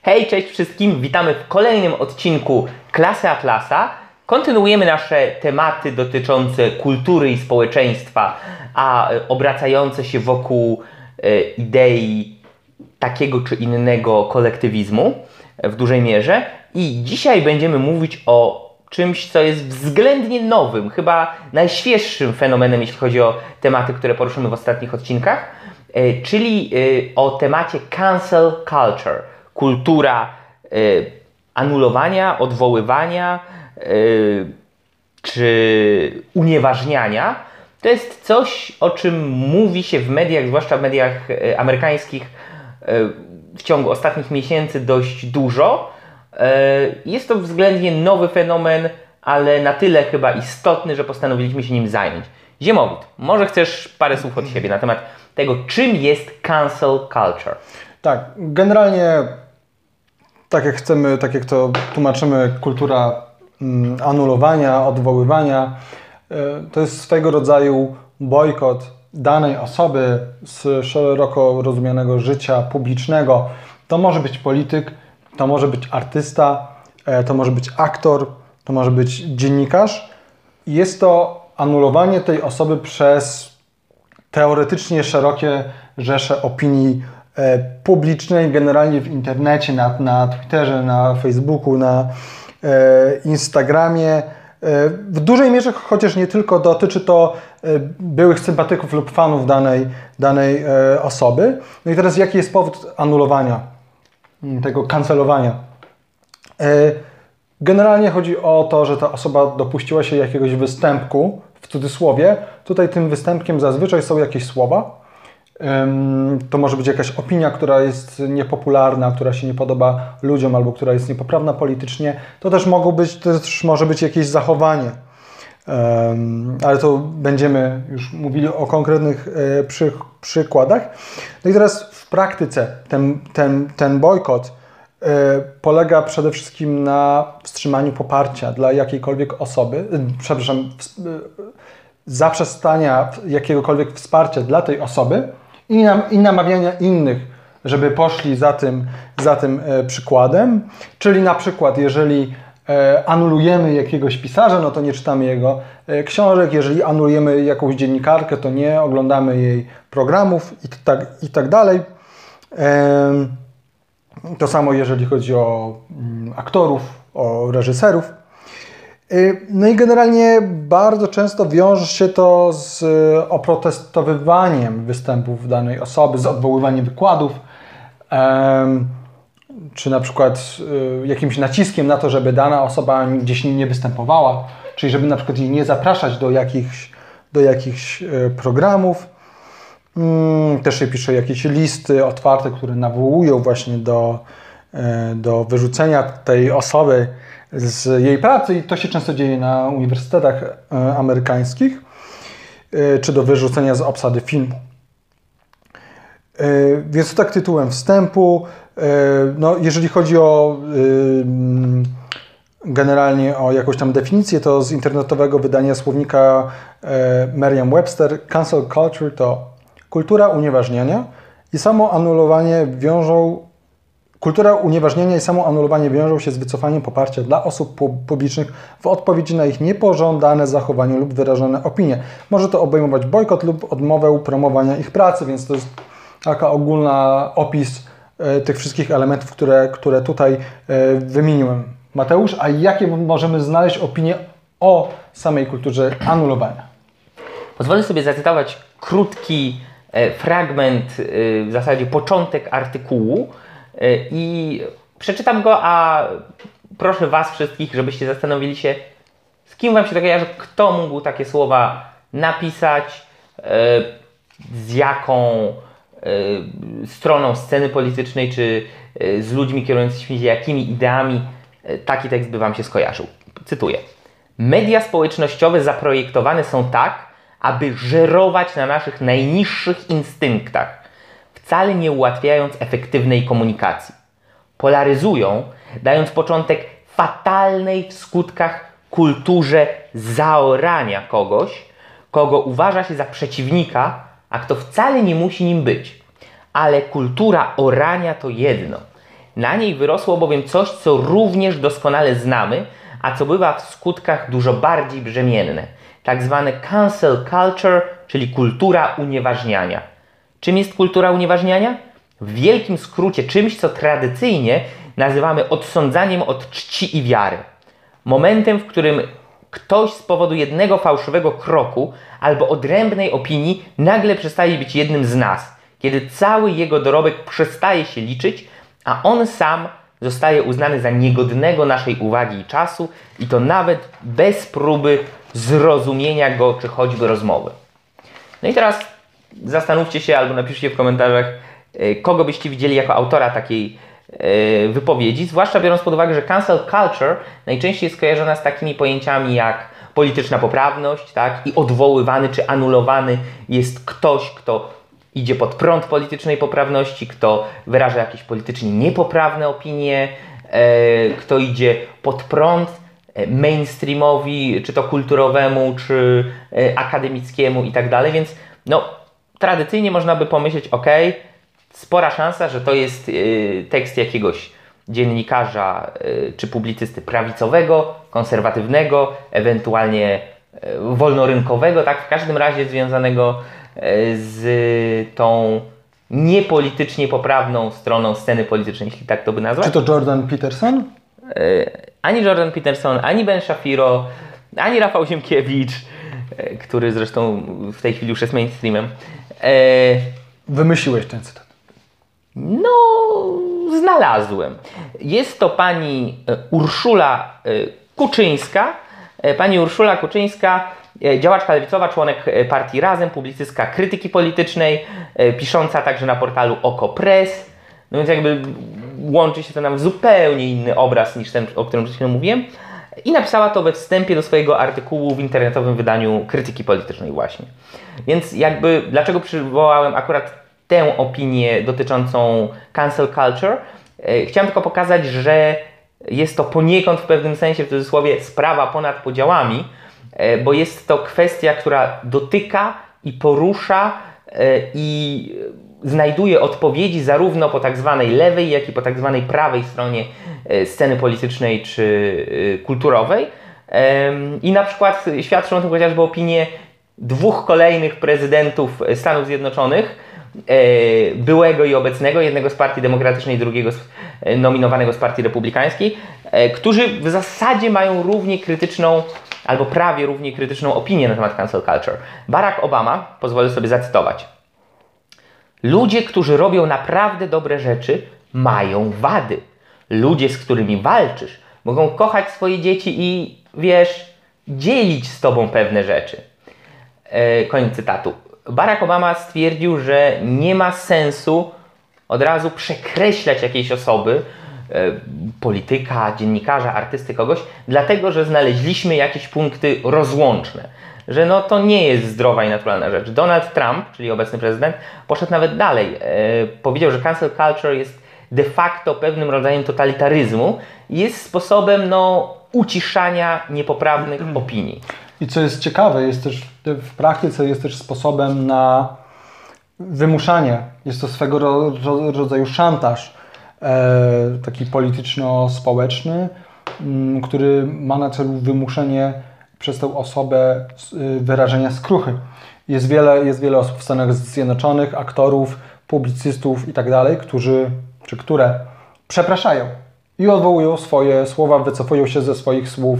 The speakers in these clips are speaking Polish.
Hej, cześć wszystkim! Witamy w kolejnym odcinku Klasy Atlasa. Kontynuujemy nasze tematy dotyczące kultury i społeczeństwa, a obracające się wokół idei takiego czy innego kolektywizmu w dużej mierze. I dzisiaj będziemy mówić o czymś, co jest względnie nowym, chyba najświeższym fenomenem, jeśli chodzi o tematy, które poruszymy w ostatnich odcinkach, czyli o temacie cancel culture. Kultura anulowania, odwoływania czy unieważniania. To jest coś, o czym mówi się w mediach, zwłaszcza w mediach amerykańskich, w ciągu ostatnich miesięcy dość dużo. Jest to względnie nowy fenomen, ale na tyle chyba istotny, że postanowiliśmy się nim zająć. Ziemowit, może chcesz parę słów od siebie na temat tego, czym jest cancel culture? Tak, generalnie tak jak to tłumaczymy, kultura anulowania, odwoływania, to jest swego rodzaju bojkot danej osoby z szeroko rozumianego życia publicznego. To może być polityk, to może być artysta, to może być aktor, to może być dziennikarz. Jest to anulowanie tej osoby przez teoretycznie szerokie rzesze opinii publicznej, generalnie w internecie, na Twitterze, na Facebooku, na Instagramie. W dużej mierze, chociaż nie tylko, dotyczy to byłych sympatyków lub fanów danej osoby. No i teraz jaki jest powód anulowania, tego kancelowania? Generalnie chodzi o to, że ta osoba dopuściła się jakiegoś występku, w cudzysłowie. Tutaj tym występkiem zazwyczaj są jakieś słowa. To może być jakaś opinia, która jest niepopularna, która się nie podoba ludziom albo która jest niepoprawna politycznie. To też może być jakieś zachowanie. Ale to będziemy już mówili o konkretnych przykładach. No i teraz w praktyce ten bojkot polega przede wszystkim na wstrzymaniu poparcia dla jakiejkolwiek osoby, zaprzestania jakiegokolwiek wsparcia dla tej osoby i namawiania innych, żeby poszli za tym przykładem. Czyli na przykład, jeżeli anulujemy jakiegoś pisarza, no to nie czytamy jego książek. Jeżeli anulujemy jakąś dziennikarkę, to nie oglądamy jej programów i tak dalej. To samo jeżeli chodzi o aktorów, o reżyserów. No i generalnie bardzo często wiąże się to z oprotestowywaniem występów danej osoby, z odwoływaniem wykładów, czy na przykład jakimś naciskiem na to, żeby dana osoba gdzieś nie występowała, czyli żeby na przykład jej nie zapraszać do jakichś programów. Też się pisze jakieś listy otwarte, które nawołują właśnie do wyrzucenia tej osoby z jej pracy i to się często dzieje na uniwersytetach amerykańskich, czy do wyrzucenia z obsady filmu. Więc tak tytułem wstępu, no jeżeli chodzi o generalnie o jakąś tam definicję, to z internetowego wydania słownika Merriam-Webster cancel culture to kultura unieważniania i samo anulowanie wiążą się z wycofaniem poparcia dla osób publicznych w odpowiedzi na ich niepożądane zachowanie lub wyrażone opinie. Może to obejmować bojkot lub odmowę promowania ich pracy, więc to jest taka ogólna opis tych wszystkich elementów, które tutaj wymieniłem. Mateusz, a jakie możemy znaleźć opinie o samej kulturze anulowania? Pozwolę sobie zacytować krótki fragment, w zasadzie początek artykułu i przeczytam go, a proszę Was wszystkich, żebyście zastanowili się, z kim Wam się to kojarzy, kto mógł takie słowa napisać, z jaką stroną sceny politycznej, czy z ludźmi kierującymi się jakimi ideami taki tekst by Wam się skojarzył. Cytuję. Media społecznościowe zaprojektowane są tak, aby żerować na naszych najniższych instynktach, wcale nie ułatwiając efektywnej komunikacji. Polaryzują, dając początek fatalnej w skutkach kulturze zaorania kogoś, kogo uważa się za przeciwnika, a kto wcale nie musi nim być. Ale kultura orania to jedno. Na niej wyrosło bowiem coś, co również doskonale znamy, a co bywa w skutkach dużo bardziej brzemienne. Tak zwane cancel culture, czyli kultura unieważniania. Czym jest kultura unieważniania? W wielkim skrócie czymś, co tradycyjnie nazywamy odsądzaniem od czci i wiary. Momentem, w którym ktoś z powodu jednego fałszywego kroku albo odrębnej opinii nagle przestaje być jednym z nas, kiedy cały jego dorobek przestaje się liczyć, a on sam zostaje uznany za niegodnego naszej uwagi i czasu, i to nawet bez próby zrozumienia go czy choćby rozmowy. No i teraz zastanówcie się albo napiszcie w komentarzach, kogo byście widzieli jako autora takiej wypowiedzi, zwłaszcza biorąc pod uwagę, że cancel culture najczęściej jest kojarzona z takimi pojęciami jak polityczna poprawność, tak? I odwoływany czy anulowany jest ktoś, kto idzie pod prąd politycznej poprawności, kto wyraża jakieś politycznie niepoprawne opinie, kto idzie pod prąd mainstreamowi, czy to kulturowemu, czy akademickiemu i tak dalej, więc no, tradycyjnie można by pomyśleć, spora szansa, że to jest tekst jakiegoś dziennikarza czy publicysty prawicowego, konserwatywnego, ewentualnie wolnorynkowego, tak, w każdym razie związanego z tą niepolitycznie poprawną stroną sceny politycznej, jeśli tak to by nazwać. Czy to Jordan Peterson? Ani Jordan Peterson, ani Ben Shapiro, ani Rafał Ziemkiewicz, który zresztą w tej chwili już jest mainstreamem. Wymyśliłeś ten cytat. No, znalazłem. Jest to pani Urszula Kuczyńska. Pani Urszula Kuczyńska, działaczka lewicowa, członek partii Razem, publicystka krytyki politycznej, pisząca także na portalu OKO.press. No więc jakby łączy się to nam w zupełnie inny obraz niż ten, o którym przed chwilą mówiłem. I napisała to we wstępie do swojego artykułu w internetowym wydaniu krytyki politycznej właśnie. Więc jakby dlaczego przywołałem akurat tę opinię dotyczącą cancel culture? Chciałem tylko pokazać, że jest to poniekąd w pewnym sensie, w cudzysłowie, sprawa ponad podziałami, bo jest to kwestia, która dotyka i porusza i znajduje odpowiedzi zarówno po tak zwanej lewej, jak i po tak zwanej prawej stronie sceny politycznej czy kulturowej. I na przykład świadczą o tym chociażby opinie dwóch kolejnych prezydentów Stanów Zjednoczonych, byłego i obecnego, jednego z partii demokratycznej, drugiego nominowanego z partii republikańskiej, którzy w zasadzie mają równie krytyczną albo prawie równie krytyczną opinię na temat cancel culture. Barack Obama, pozwolę sobie zacytować: ludzie, którzy robią naprawdę dobre rzeczy, mają wady. Ludzie, z którymi walczysz, mogą kochać swoje dzieci i, wiesz, dzielić z tobą pewne rzeczy. Koniec cytatu. Barack Obama stwierdził, że nie ma sensu od razu przekreślać jakiejś osoby, polityka, dziennikarza, artysty, kogoś, dlatego, że znaleźliśmy jakieś punkty rozłączne. Że no to nie jest zdrowa i naturalna rzecz. Donald Trump, czyli obecny prezydent, poszedł nawet dalej. Powiedział, że cancel culture jest de facto pewnym rodzajem totalitaryzmu i jest sposobem uciszania niepoprawnych opinii. I co jest ciekawe, jest też w praktyce jest też sposobem na wymuszanie. Jest to swego rodzaju szantaż taki polityczno-społeczny, który ma na celu wymuszenie przez tę osobę wyrażenia skruchy. Jest wiele osób w Stanach Zjednoczonych, aktorów, publicystów i tak dalej, które przepraszają i odwołują swoje słowa, wycofują się ze swoich słów.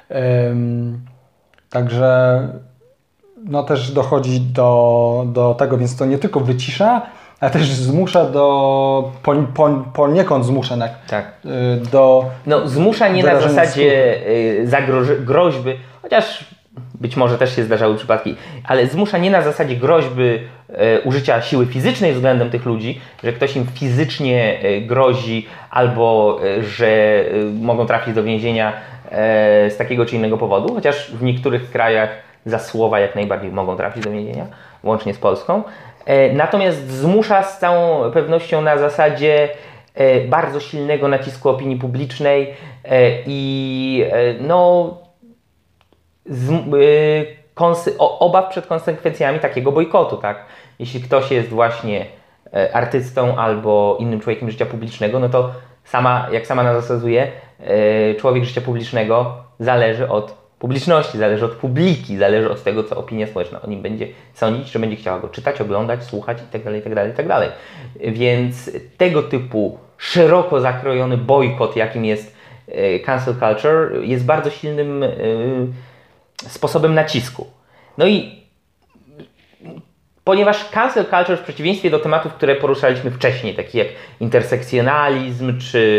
Także też dochodzi do tego, więc to nie tylko wycisza, ale też zmusza poniekąd zmusza do zmusza nie na zasadzie groźby, chociaż być może też się zdarzały przypadki, ale zmusza nie na zasadzie groźby użycia siły fizycznej względem tych ludzi, że ktoś im fizycznie grozi albo że mogą trafić do więzienia z takiego czy innego powodu, chociaż w niektórych krajach za słowa jak najbardziej mogą trafić do więzienia, łącznie z Polską. Natomiast zmusza z całą pewnością na zasadzie bardzo silnego nacisku opinii publicznej i obaw przed konsekwencjami takiego bojkotu, tak? Jeśli ktoś jest właśnie artystą albo innym człowiekiem życia publicznego, no to Jak sama nazwa wskazuje, człowiek życia publicznego zależy od publiczności, zależy od publiki, zależy od tego, co opinia społeczna o nim będzie sądzić, czy będzie chciała go czytać, oglądać, słuchać itd., itd., itd. Więc tego typu szeroko zakrojony bojkot, jakim jest cancel culture, jest bardzo silnym sposobem nacisku. No i ponieważ cancel culture w przeciwieństwie do tematów, które poruszaliśmy wcześniej, takich jak intersekcjonalizm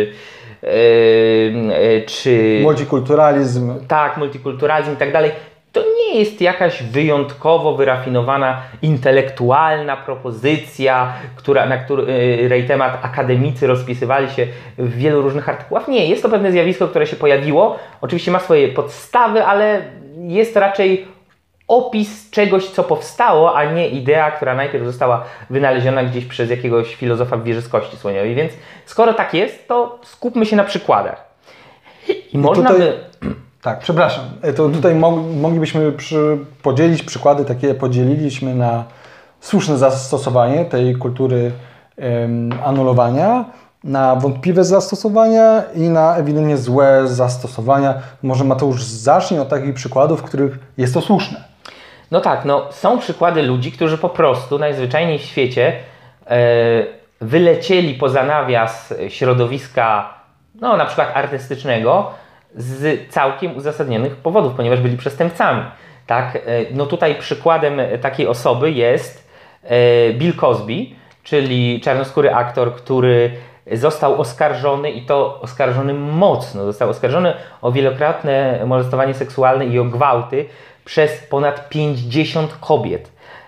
czy multikulturalizm. Tak, multikulturalizm i tak dalej, to nie jest jakaś wyjątkowo wyrafinowana, intelektualna propozycja, na której temat akademicy rozpisywali się w wielu różnych artykułach. Nie, jest to pewne zjawisko, które się pojawiło. Oczywiście ma swoje podstawy, ale jest raczej opis czegoś, co powstało, a nie idea, która najpierw została wynaleziona gdzieś przez jakiegoś filozofa w wieżyskości słoniowej. Więc skoro tak jest, to skupmy się na przykładach. I można tutaj, by... Tak, przepraszam. To tutaj moglibyśmy podzielić przykłady, takie podzieliliśmy na słuszne zastosowanie tej kultury anulowania, na wątpliwe zastosowania i na ewidentnie złe zastosowania. Może Mateusz zacznie od takich przykładów, w których jest to słuszne. No tak, są przykłady ludzi, którzy po prostu najzwyczajniej w świecie wylecieli poza nawias środowiska, na przykład artystycznego, z całkiem uzasadnionych powodów, ponieważ byli przestępcami. Tak? Tutaj przykładem takiej osoby jest Bill Cosby, czyli czarnoskóry aktor, który został oskarżony i to oskarżony mocno. Został oskarżony o wielokrotne molestowanie seksualne i o gwałty przez ponad 50 kobiet.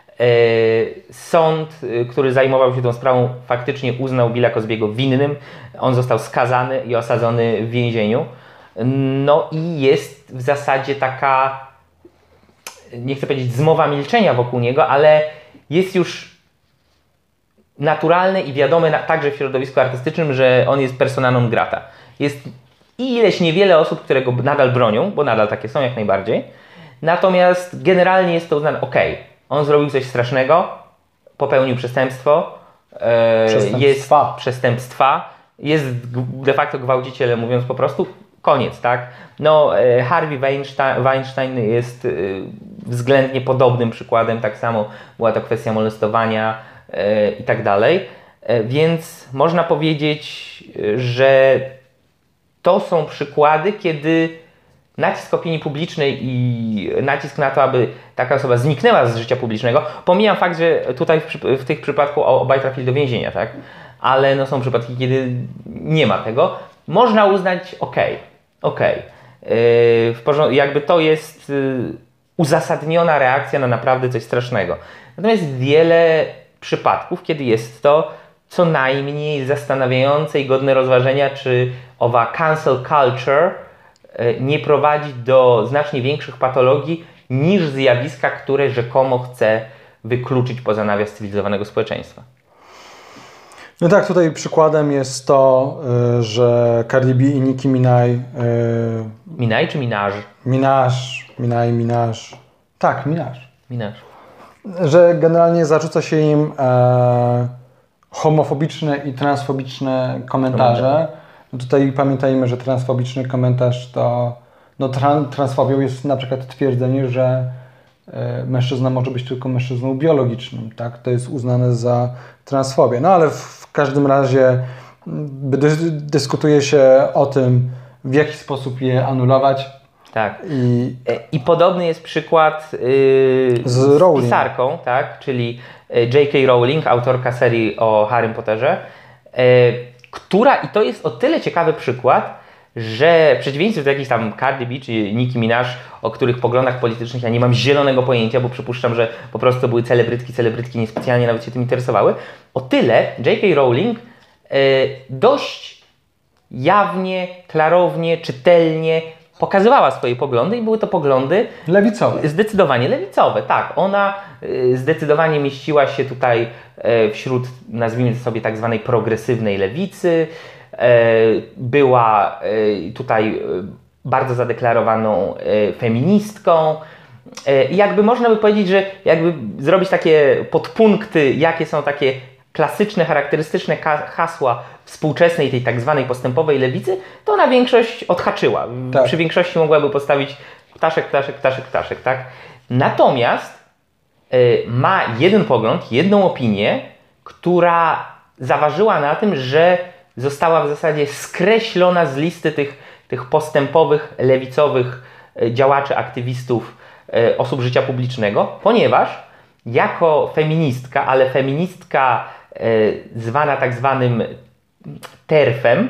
Sąd, który zajmował się tą sprawą, faktycznie uznał Billa Cosby'ego winnym. On został skazany i osadzony w więzieniu. I jest w zasadzie taka, nie chcę powiedzieć zmowa milczenia wokół niego, ale jest już naturalne i wiadome także w środowisku artystycznym, że on jest persona non grata. Jest ileś niewiele osób, które go nadal bronią, bo nadal takie są jak najbardziej. Natomiast generalnie jest to uznane, on zrobił coś strasznego, popełnił przestępstwo, jest de facto gwałcicielem, mówiąc po prostu, koniec, tak? Harvey Weinstein jest względnie podobnym przykładem, tak samo była to kwestia molestowania i tak dalej, więc można powiedzieć, że to są przykłady, kiedy nacisk opinii publicznej i nacisk na to, aby taka osoba zniknęła z życia publicznego, pomijam fakt, że tutaj w tych przypadku obaj trafili do więzienia, tak? Ale są przypadki, kiedy nie ma tego, można uznać, jakby to jest uzasadniona reakcja na naprawdę coś strasznego. Natomiast wiele przypadków, kiedy jest to co najmniej zastanawiające i godne rozważenia, czy owa cancel culture nie prowadzi do znacznie większych patologii niż zjawiska, które rzekomo chce wykluczyć poza nawias cywilizowanego społeczeństwa. No tak, tutaj przykładem jest to, że Cardi B i Nicki Minaj... Minaj czy Minaj? Minaj. Tak, Minaj. Że generalnie zarzuca się im homofobiczne i transfobiczne komentarze. Tutaj pamiętajmy, że transfobiczny komentarz to... transfobią jest na przykład twierdzenie, że mężczyzna może być tylko mężczyzną biologicznym, tak? To jest uznane za transfobię. Ale w każdym razie dyskutuje się o tym, w jaki sposób je anulować. Tak. I podobny jest przykład z pisarką, tak? Czyli J.K. Rowling, autorka serii o Harrym Potterze, która, i to jest o tyle ciekawy przykład, że w przeciwieństwie do jakichś tam Cardi B czy Nicki Minaj, o których poglądach politycznych ja nie mam zielonego pojęcia, bo przypuszczam, że po prostu to były celebrytki niespecjalnie nawet się tym interesowały, o tyle J.K. Rowling dość jawnie, klarownie, czytelnie pokazywała swoje poglądy i były to poglądy lewicowe. Zdecydowanie lewicowe, tak. Ona zdecydowanie mieściła się tutaj wśród, nazwijmy to sobie, tak zwanej progresywnej lewicy. Była tutaj bardzo zadeklarowaną feministką. I jakby można by powiedzieć, że jakby zrobić takie podpunkty, jakie są takie klasyczne, charakterystyczne hasła współczesnej, tej tak zwanej postępowej lewicy, to ona większość odhaczyła. Tak. Przy większości mogłaby postawić ptaszek, tak? Natomiast ma jeden pogląd, jedną opinię, która zaważyła na tym, że została w zasadzie skreślona z listy tych postępowych, lewicowych działaczy, aktywistów, osób życia publicznego, ponieważ jako feministka, ale feministka zwana tak zwanym TERF-em,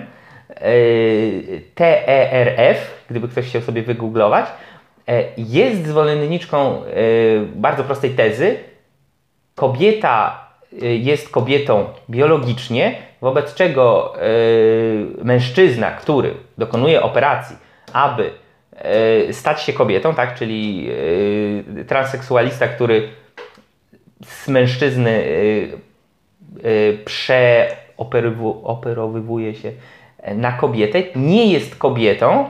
TERF, gdyby ktoś chciał sobie wygooglować, jest zwolenniczką bardzo prostej tezy. Kobieta jest kobietą biologicznie, wobec czego mężczyzna, który dokonuje operacji, aby stać się kobietą, tak, czyli transseksualista, który z mężczyzny przeoperowywuje się na kobietę, nie jest kobietą,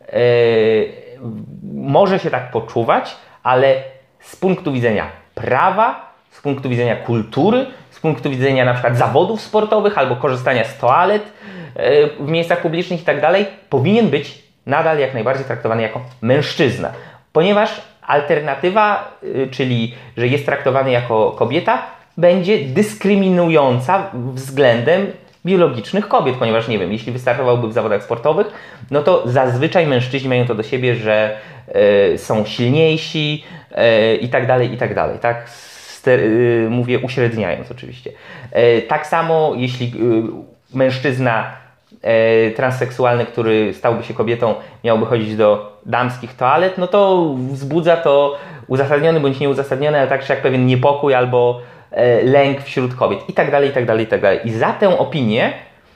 może się tak poczuwać, ale z punktu widzenia prawa, z punktu widzenia kultury, z punktu widzenia na przykład zawodów sportowych albo korzystania z toalet w miejscach publicznych i tak dalej, powinien być nadal jak najbardziej traktowany jako mężczyzna. Ponieważ alternatywa, czyli że jest traktowany jako kobieta, będzie dyskryminująca względem biologicznych kobiet, ponieważ nie wiem, jeśli wystartowałby w zawodach sportowych, no to zazwyczaj mężczyźni mają to do siebie, że są silniejsi i tak dalej, tak? Mówię uśredniając oczywiście. Tak samo jeśli mężczyzna transseksualny, który stałby się kobietą, miałby chodzić do damskich toalet, no to wzbudza to uzasadniony bądź nieuzasadniony, ale także jak pewien niepokój albo lęk wśród kobiet i tak dalej. I za tę opinię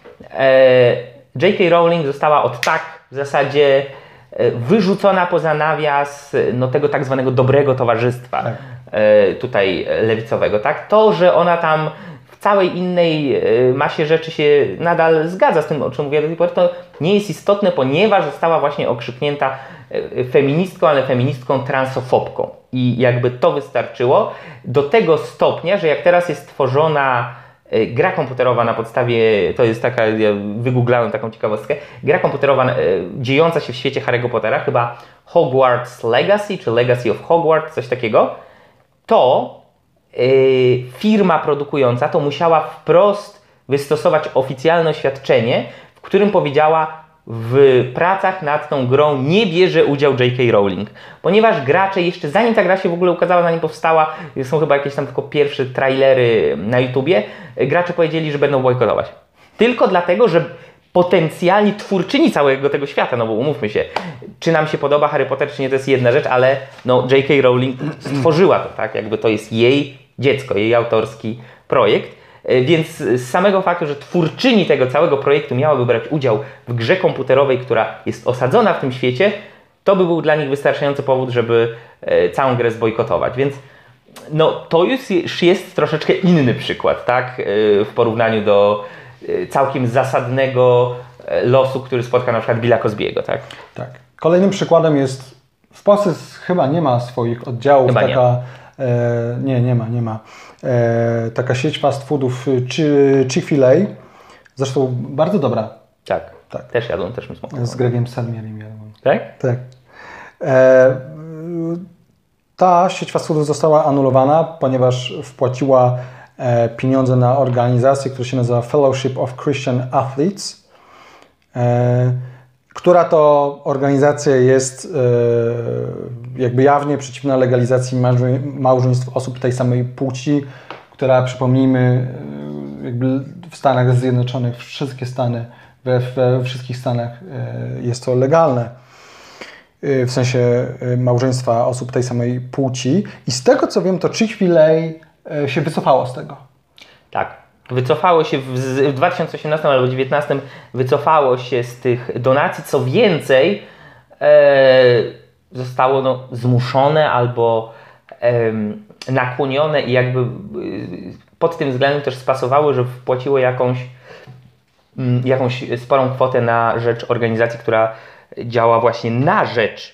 J.K. Rowling została od tak w zasadzie wyrzucona poza nawias tego tak zwanego dobrego towarzystwa tutaj lewicowego. Tak? To, że ona tam w całej innej masie rzeczy się nadal zgadza z tym, o czym mówię do tej pory, to nie jest istotne, ponieważ została właśnie okrzyknięta feministką, ale feministką transofobką. I jakby to wystarczyło do tego stopnia, że jak teraz jest tworzona gra komputerowa na podstawie, to jest taka, ja wygooglałem taką ciekawostkę, gra komputerowa dziejąca się w świecie Harry'ego Pottera, chyba Hogwarts Legacy, czy Legacy of Hogwarts, coś takiego, to firma produkująca to musiała wprost wystosować oficjalne oświadczenie, w którym powiedziała, w pracach nad tą grą nie bierze udział J.K. Rowling, ponieważ gracze jeszcze zanim ta gra się w ogóle ukazała, zanim powstała, są chyba jakieś tam tylko pierwsze trailery na YouTubie, gracze powiedzieli, że będą bojkotować. Tylko dlatego, że potencjalni twórczyni całego tego świata, no bo umówmy się, czy nam się podoba Harry Potter, czy nie, to jest jedna rzecz, ale no J.K. Rowling stworzyła to, tak, jakby to jest jej dziecko, jej autorski projekt. Więc z samego faktu, że twórczyni tego całego projektu miałaby brać udział w grze komputerowej, która jest osadzona w tym świecie, to by był dla nich wystarczający powód, żeby całą grę zbojkotować. Więc no, to już jest troszeczkę inny przykład, tak? W porównaniu do całkiem zasadnego losu, który spotka na przykład Billa Cosby'ego, tak? Tak. Kolejnym przykładem jest, w Polsce chyba nie ma swoich oddziałów, chyba taka... Nie ma. Taka sieć fast foodów Chick-fil-A, zresztą bardzo dobra. Tak. Też jadłem, też mi smakowało. Z Gregiem Salmierem jadłem. Tak? Tak. Ta sieć fast foodów została anulowana, ponieważ wpłaciła pieniądze na organizację, która się nazywa Fellowship of Christian Athletes, która to organizacja jest jakby jawnie przeciwna legalizacji małżeństw osób tej samej płci, która, przypomnijmy, jakby w Stanach Zjednoczonych, wszystkie Stany, we wszystkich Stanach jest to legalne, w sensie małżeństwa osób tej samej płci. I z tego co wiem, to Chick-fil-A się wycofało z tego. Tak. Wycofało się w 2018 albo 2019 wycofało się z tych donacji. Co więcej, zostało zmuszone albo nakłonione i jakby pod tym względem też spasowały, że wpłaciło jakąś sporą kwotę na rzecz organizacji, która działa właśnie na rzecz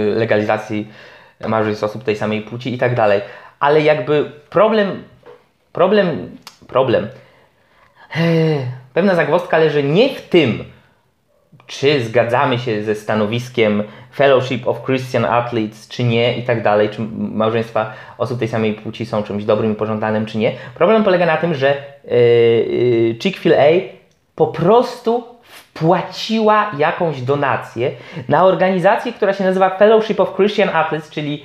legalizacji małżeństw osób tej samej płci i tak dalej. Ale jakby problem Pewna zagwozdka leży nie w tym, czy zgadzamy się ze stanowiskiem Fellowship of Christian Athletes, czy nie i tak dalej, czy małżeństwa osób tej samej płci są czymś dobrym i pożądanym, czy nie. Problem polega na tym, że Chick-fil-A po prostu wpłaciła jakąś donację na organizację, która się nazywa Fellowship of Christian Athletes, czyli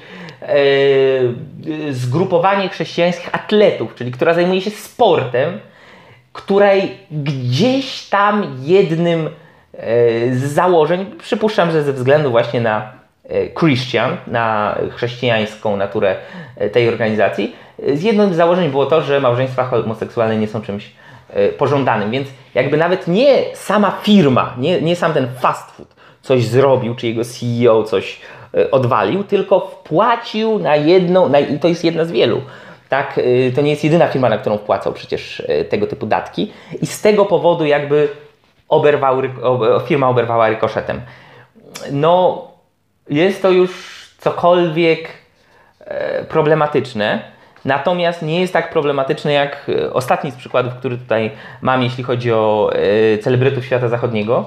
zgrupowanie chrześcijańskich atletów, czyli która zajmuje się sportem, której gdzieś tam jednym z założeń, przypuszczam, że ze względu właśnie na Christian, na chrześcijańską naturę tej organizacji, z jednym z założeń było to, że małżeństwa homoseksualne nie są czymś pożądanym, więc jakby nawet nie sama firma, nie sam ten fast food coś zrobił, czy jego CEO coś odwalił, tylko wpłacił na jedną, i to jest jedna z wielu. Tak, to nie jest jedyna firma, na którą wpłacał przecież tego typu datki i z tego powodu jakby firma oberwała rykoszetem. No, jest to już cokolwiek problematyczne, natomiast nie jest tak problematyczne jak ostatni z przykładów, który tutaj mam, jeśli chodzi o celebrytów świata zachodniego.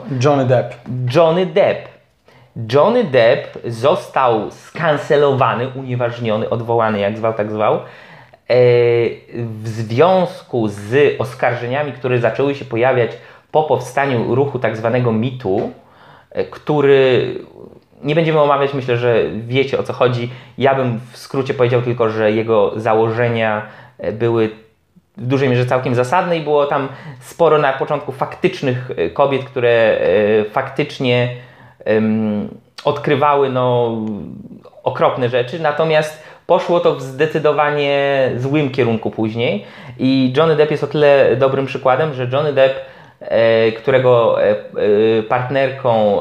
Johnny Depp został skancelowany, unieważniony, odwołany, jak zwał, tak zwał, w związku z oskarżeniami, które zaczęły się pojawiać po powstaniu ruchu tak zwanego Me Too, który nie będziemy omawiać, myślę, że wiecie, o co chodzi. Ja bym w skrócie powiedział tylko, że jego założenia były w dużej mierze całkiem zasadne i było tam sporo na początku faktycznych kobiet, które faktycznie odkrywały okropne rzeczy, natomiast poszło to w zdecydowanie złym kierunku później i Johnny Depp jest o tyle dobrym przykładem, że Johnny Depp, którego partnerką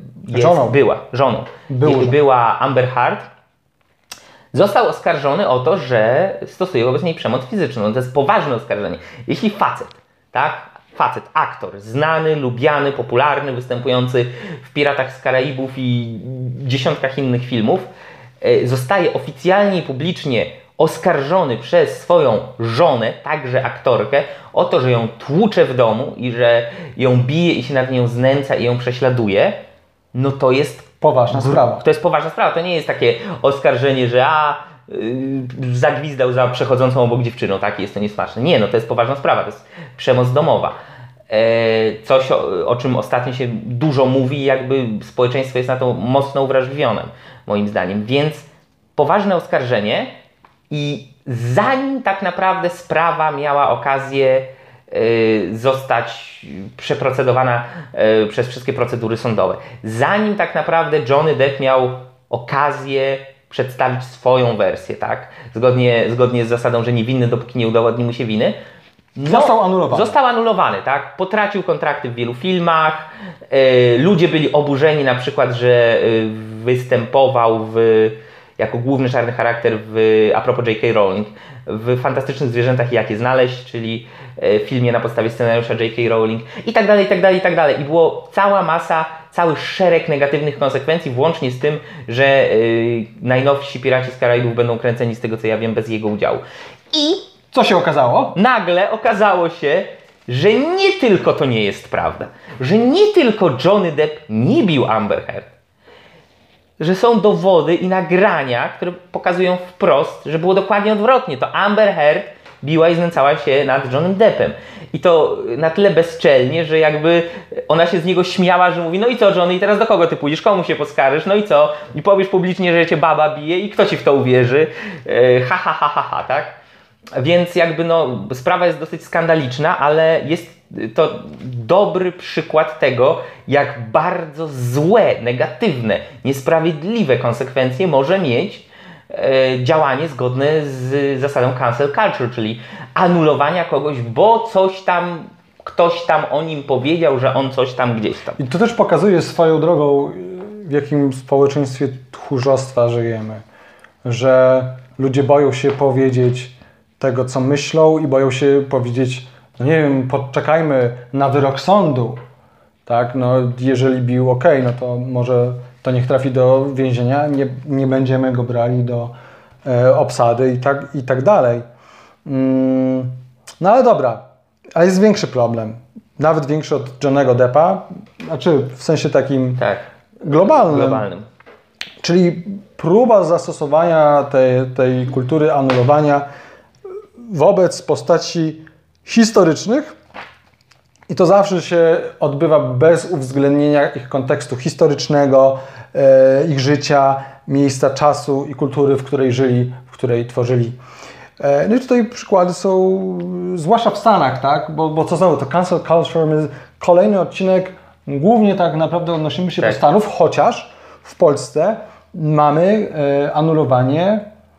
była Amber Heard, został oskarżony o to, że stosuje wobec niej przemoc fizyczną. To jest poważne oskarżenie. Jeśli facet, aktor, znany, lubiany, popularny, występujący w Piratach z Karaibów i dziesiątkach innych filmów, zostaje oficjalnie i publicznie oskarżony przez swoją żonę, także aktorkę, o to, że ją tłucze w domu i że ją bije i się nad nią znęca i ją prześladuje, no to jest poważna sprawa. To jest poważna sprawa. To nie jest takie oskarżenie, że zagwizdał za przechodzącą obok dziewczyną, tak, jest to niesmaczne. Nie, no to jest poważna sprawa, to jest przemoc domowa. Coś, o czym ostatnio się dużo mówi, jakby społeczeństwo jest na to mocno uwrażliwione, moim zdaniem. Więc poważne oskarżenie i zanim tak naprawdę sprawa miała okazję zostać przeprocedowana przez wszystkie procedury sądowe, zanim tak naprawdę Johnny Depp miał okazję przedstawić swoją wersję, tak? Zgodnie z zasadą, że niewinny, dopóki nie udowodni mu się winy, Został anulowany, tak? Potracił kontrakty w wielu filmach. Ludzie byli oburzeni na przykład, że występował jako główny czarny charakter a propos J.K. Rowling w Fantastycznych Zwierzętach i Jak je znaleźć, czyli filmie na podstawie scenariusza J.K. Rowling i tak dalej, i tak dalej, i tak dalej. I było cały szereg negatywnych konsekwencji, włącznie z tym, że najnowsi Piraci z Karaibów będą kręceni, z tego co ja wiem, bez jego udziału. I co się okazało? Nagle okazało się, że nie tylko to nie jest prawda, że nie tylko Johnny Depp nie bił Amber Heard, że są dowody i nagrania, które pokazują wprost, że było dokładnie odwrotnie. To Amber Heard biła i znęcała się nad Johnnym Deppem. I to na tyle bezczelnie, że jakby ona się z niego śmiała, że mówi, no i co Johnny, i teraz do kogo ty pójdziesz, komu się poskarżysz, no i co? I powiesz publicznie, że cię baba bije i kto ci w to uwierzy? Tak? Więc jakby sprawa jest dosyć skandaliczna, ale jest to dobry przykład tego, jak bardzo złe, negatywne, niesprawiedliwe konsekwencje może mieć działanie zgodne z zasadą cancel culture, czyli anulowania kogoś, bo ktoś tam o nim powiedział, że on coś tam gdzieś tam. I to też pokazuje swoją drogą, w jakim społeczeństwie tchórzostwa żyjemy, że ludzie boją się powiedzieć tego, co myślą i boją się powiedzieć, no nie wiem, poczekajmy na wyrok sądu, tak, no jeżeli bił, no to może to niech trafi do więzienia, nie będziemy go brali do obsady i tak dalej. No ale dobra, ale jest większy problem. Nawet większy od Johnnego Deppa, znaczy w sensie takim Tak. globalnym. Czyli próba zastosowania tej kultury anulowania wobec postaci historycznych i to zawsze się odbywa bez uwzględnienia ich kontekstu historycznego, ich życia, miejsca, czasu i kultury, w której żyli, w której tworzyli. No i tutaj przykłady są, zwłaszcza w Stanach, tak? Bo co znowu, to cancel culture, kolejny odcinek, głównie tak naprawdę odnosimy się do Stanów, chociaż w Polsce mamy anulowanie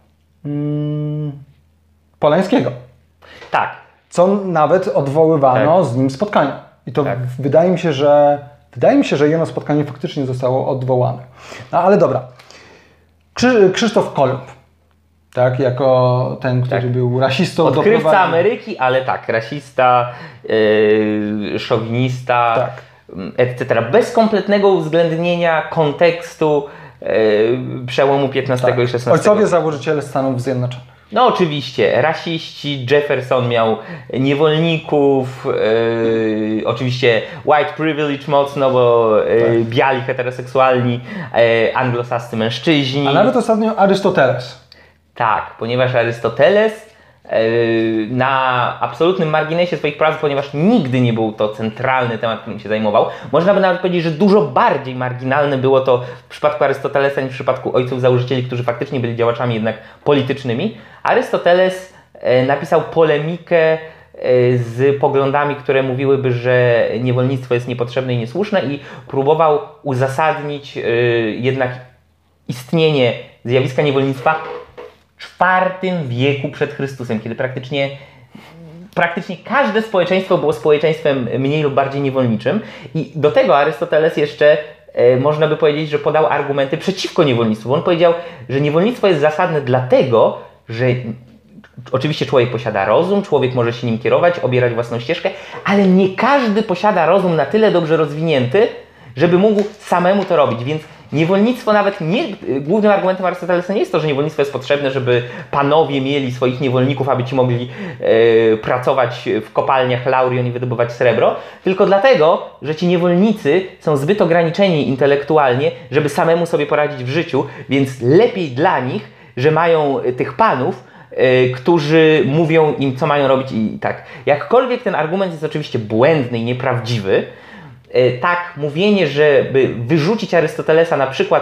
Polańskiego. Tak. Co nawet odwoływano z nim spotkania. I to wydaje mi się, że jedno spotkanie faktycznie zostało odwołane. No ale dobra. Krzysztof Kolumb. Tak, jako ten, który był rasistą. Odkrywca Ameryki, ale rasista, szowinista, etc. Bez kompletnego uwzględnienia kontekstu przełomu XV i XVI. Ojcowie założyciele Stanów Zjednoczonych. No oczywiście, rasiści, Jefferson miał niewolników, oczywiście white privilege mocno, bo biali, heteroseksualni, anglosascy mężczyźni. A nawet ostatnio Arystoteles. Tak, ponieważ Arystoteles na absolutnym marginesie swoich prac, ponieważ nigdy nie był to centralny temat, którym się zajmował. Można by nawet powiedzieć, że dużo bardziej marginalne było to w przypadku Arystotelesa niż w przypadku ojców założycieli, którzy faktycznie byli działaczami jednak politycznymi. Arystoteles napisał polemikę z poglądami, które mówiłyby, że niewolnictwo jest niepotrzebne i niesłuszne i próbował uzasadnić jednak istnienie zjawiska niewolnictwa w IV wieku przed Chrystusem, kiedy praktycznie każde społeczeństwo było społeczeństwem mniej lub bardziej niewolniczym i do tego Arystoteles jeszcze można by powiedzieć, że podał argumenty przeciwko niewolnictwu. On powiedział, że niewolnictwo jest zasadne dlatego, że oczywiście człowiek posiada rozum, człowiek może się nim kierować, obierać własną ścieżkę, ale nie każdy posiada rozum na tyle dobrze rozwinięty, żeby mógł samemu to robić, więc niewolnictwo nawet nie... Głównym argumentem Arystotelesa nie jest to, że niewolnictwo jest potrzebne, żeby panowie mieli swoich niewolników, aby ci mogli pracować w kopalniach Laurion i wydobywać srebro, tylko dlatego, że ci niewolnicy są zbyt ograniczeni intelektualnie, żeby samemu sobie poradzić w życiu, więc lepiej dla nich, że mają tych panów, którzy mówią im, co mają robić i tak. Jakkolwiek ten argument jest oczywiście błędny i nieprawdziwy, tak, mówienie, żeby wyrzucić Arystotelesa na przykład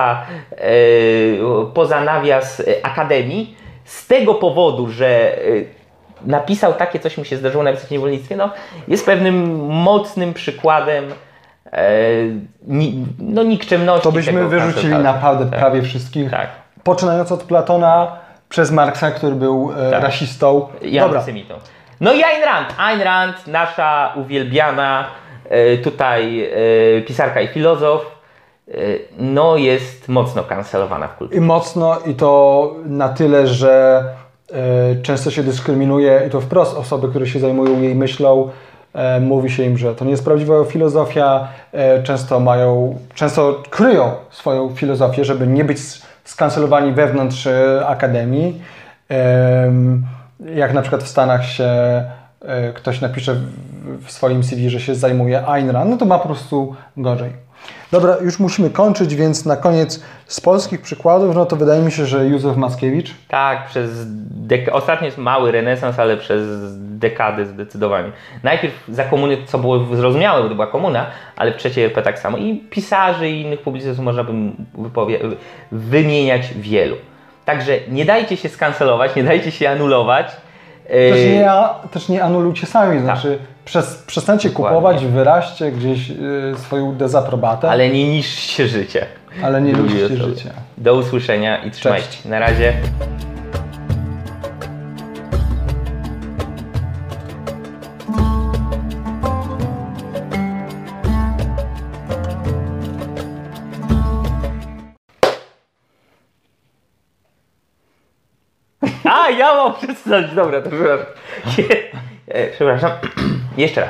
poza nawias Akademii, z tego powodu, że napisał takie, coś mu się zdarzyło napisać w niewolnictwie, no, jest pewnym mocnym przykładem nikczemności. To byśmy wyrzucili naprawdę prawie wszystkich, poczynając od Platona, przez Marksa, który był rasistą. I antysemitą. No i Ayn Rand, nasza uwielbiana tutaj pisarka i filozof, no jest mocno kancelowana w kulturze. I mocno, i to na tyle, że często się dyskryminuje, i to wprost osoby, które się zajmują jej myślą, mówi się im, że to nie jest prawdziwa filozofia, często kryją swoją filozofię, żeby nie być skancelowani wewnątrz akademii. Jak na przykład w Stanach się ktoś napisze w swoim CV, że się zajmuje Ayn Rand, no to ma po prostu gorzej. Dobra, już musimy kończyć, więc na koniec z polskich przykładów, no to wydaje mi się, że Józef Mackiewicz. Tak, ostatnio jest mały renesans, ale przez dekady zdecydowanie. Najpierw za komuny, co było zrozumiałe, bo to była komuna, ale w III RP tak samo. I pisarzy i innych publicystów można by wymieniać wielu. Także nie dajcie się skancelować, nie dajcie się anulować. Też nie anulujcie sami, znaczy przestańcie kupować, wyraźcie gdzieś swoją dezaprobatę. Ale nie niszczcie życia. Życia. Do usłyszenia i trzymajcie. Cześć. Na razie. Ja mam przedstawić. Dobra, to przepraszam. Przepraszam. Jeszcze raz.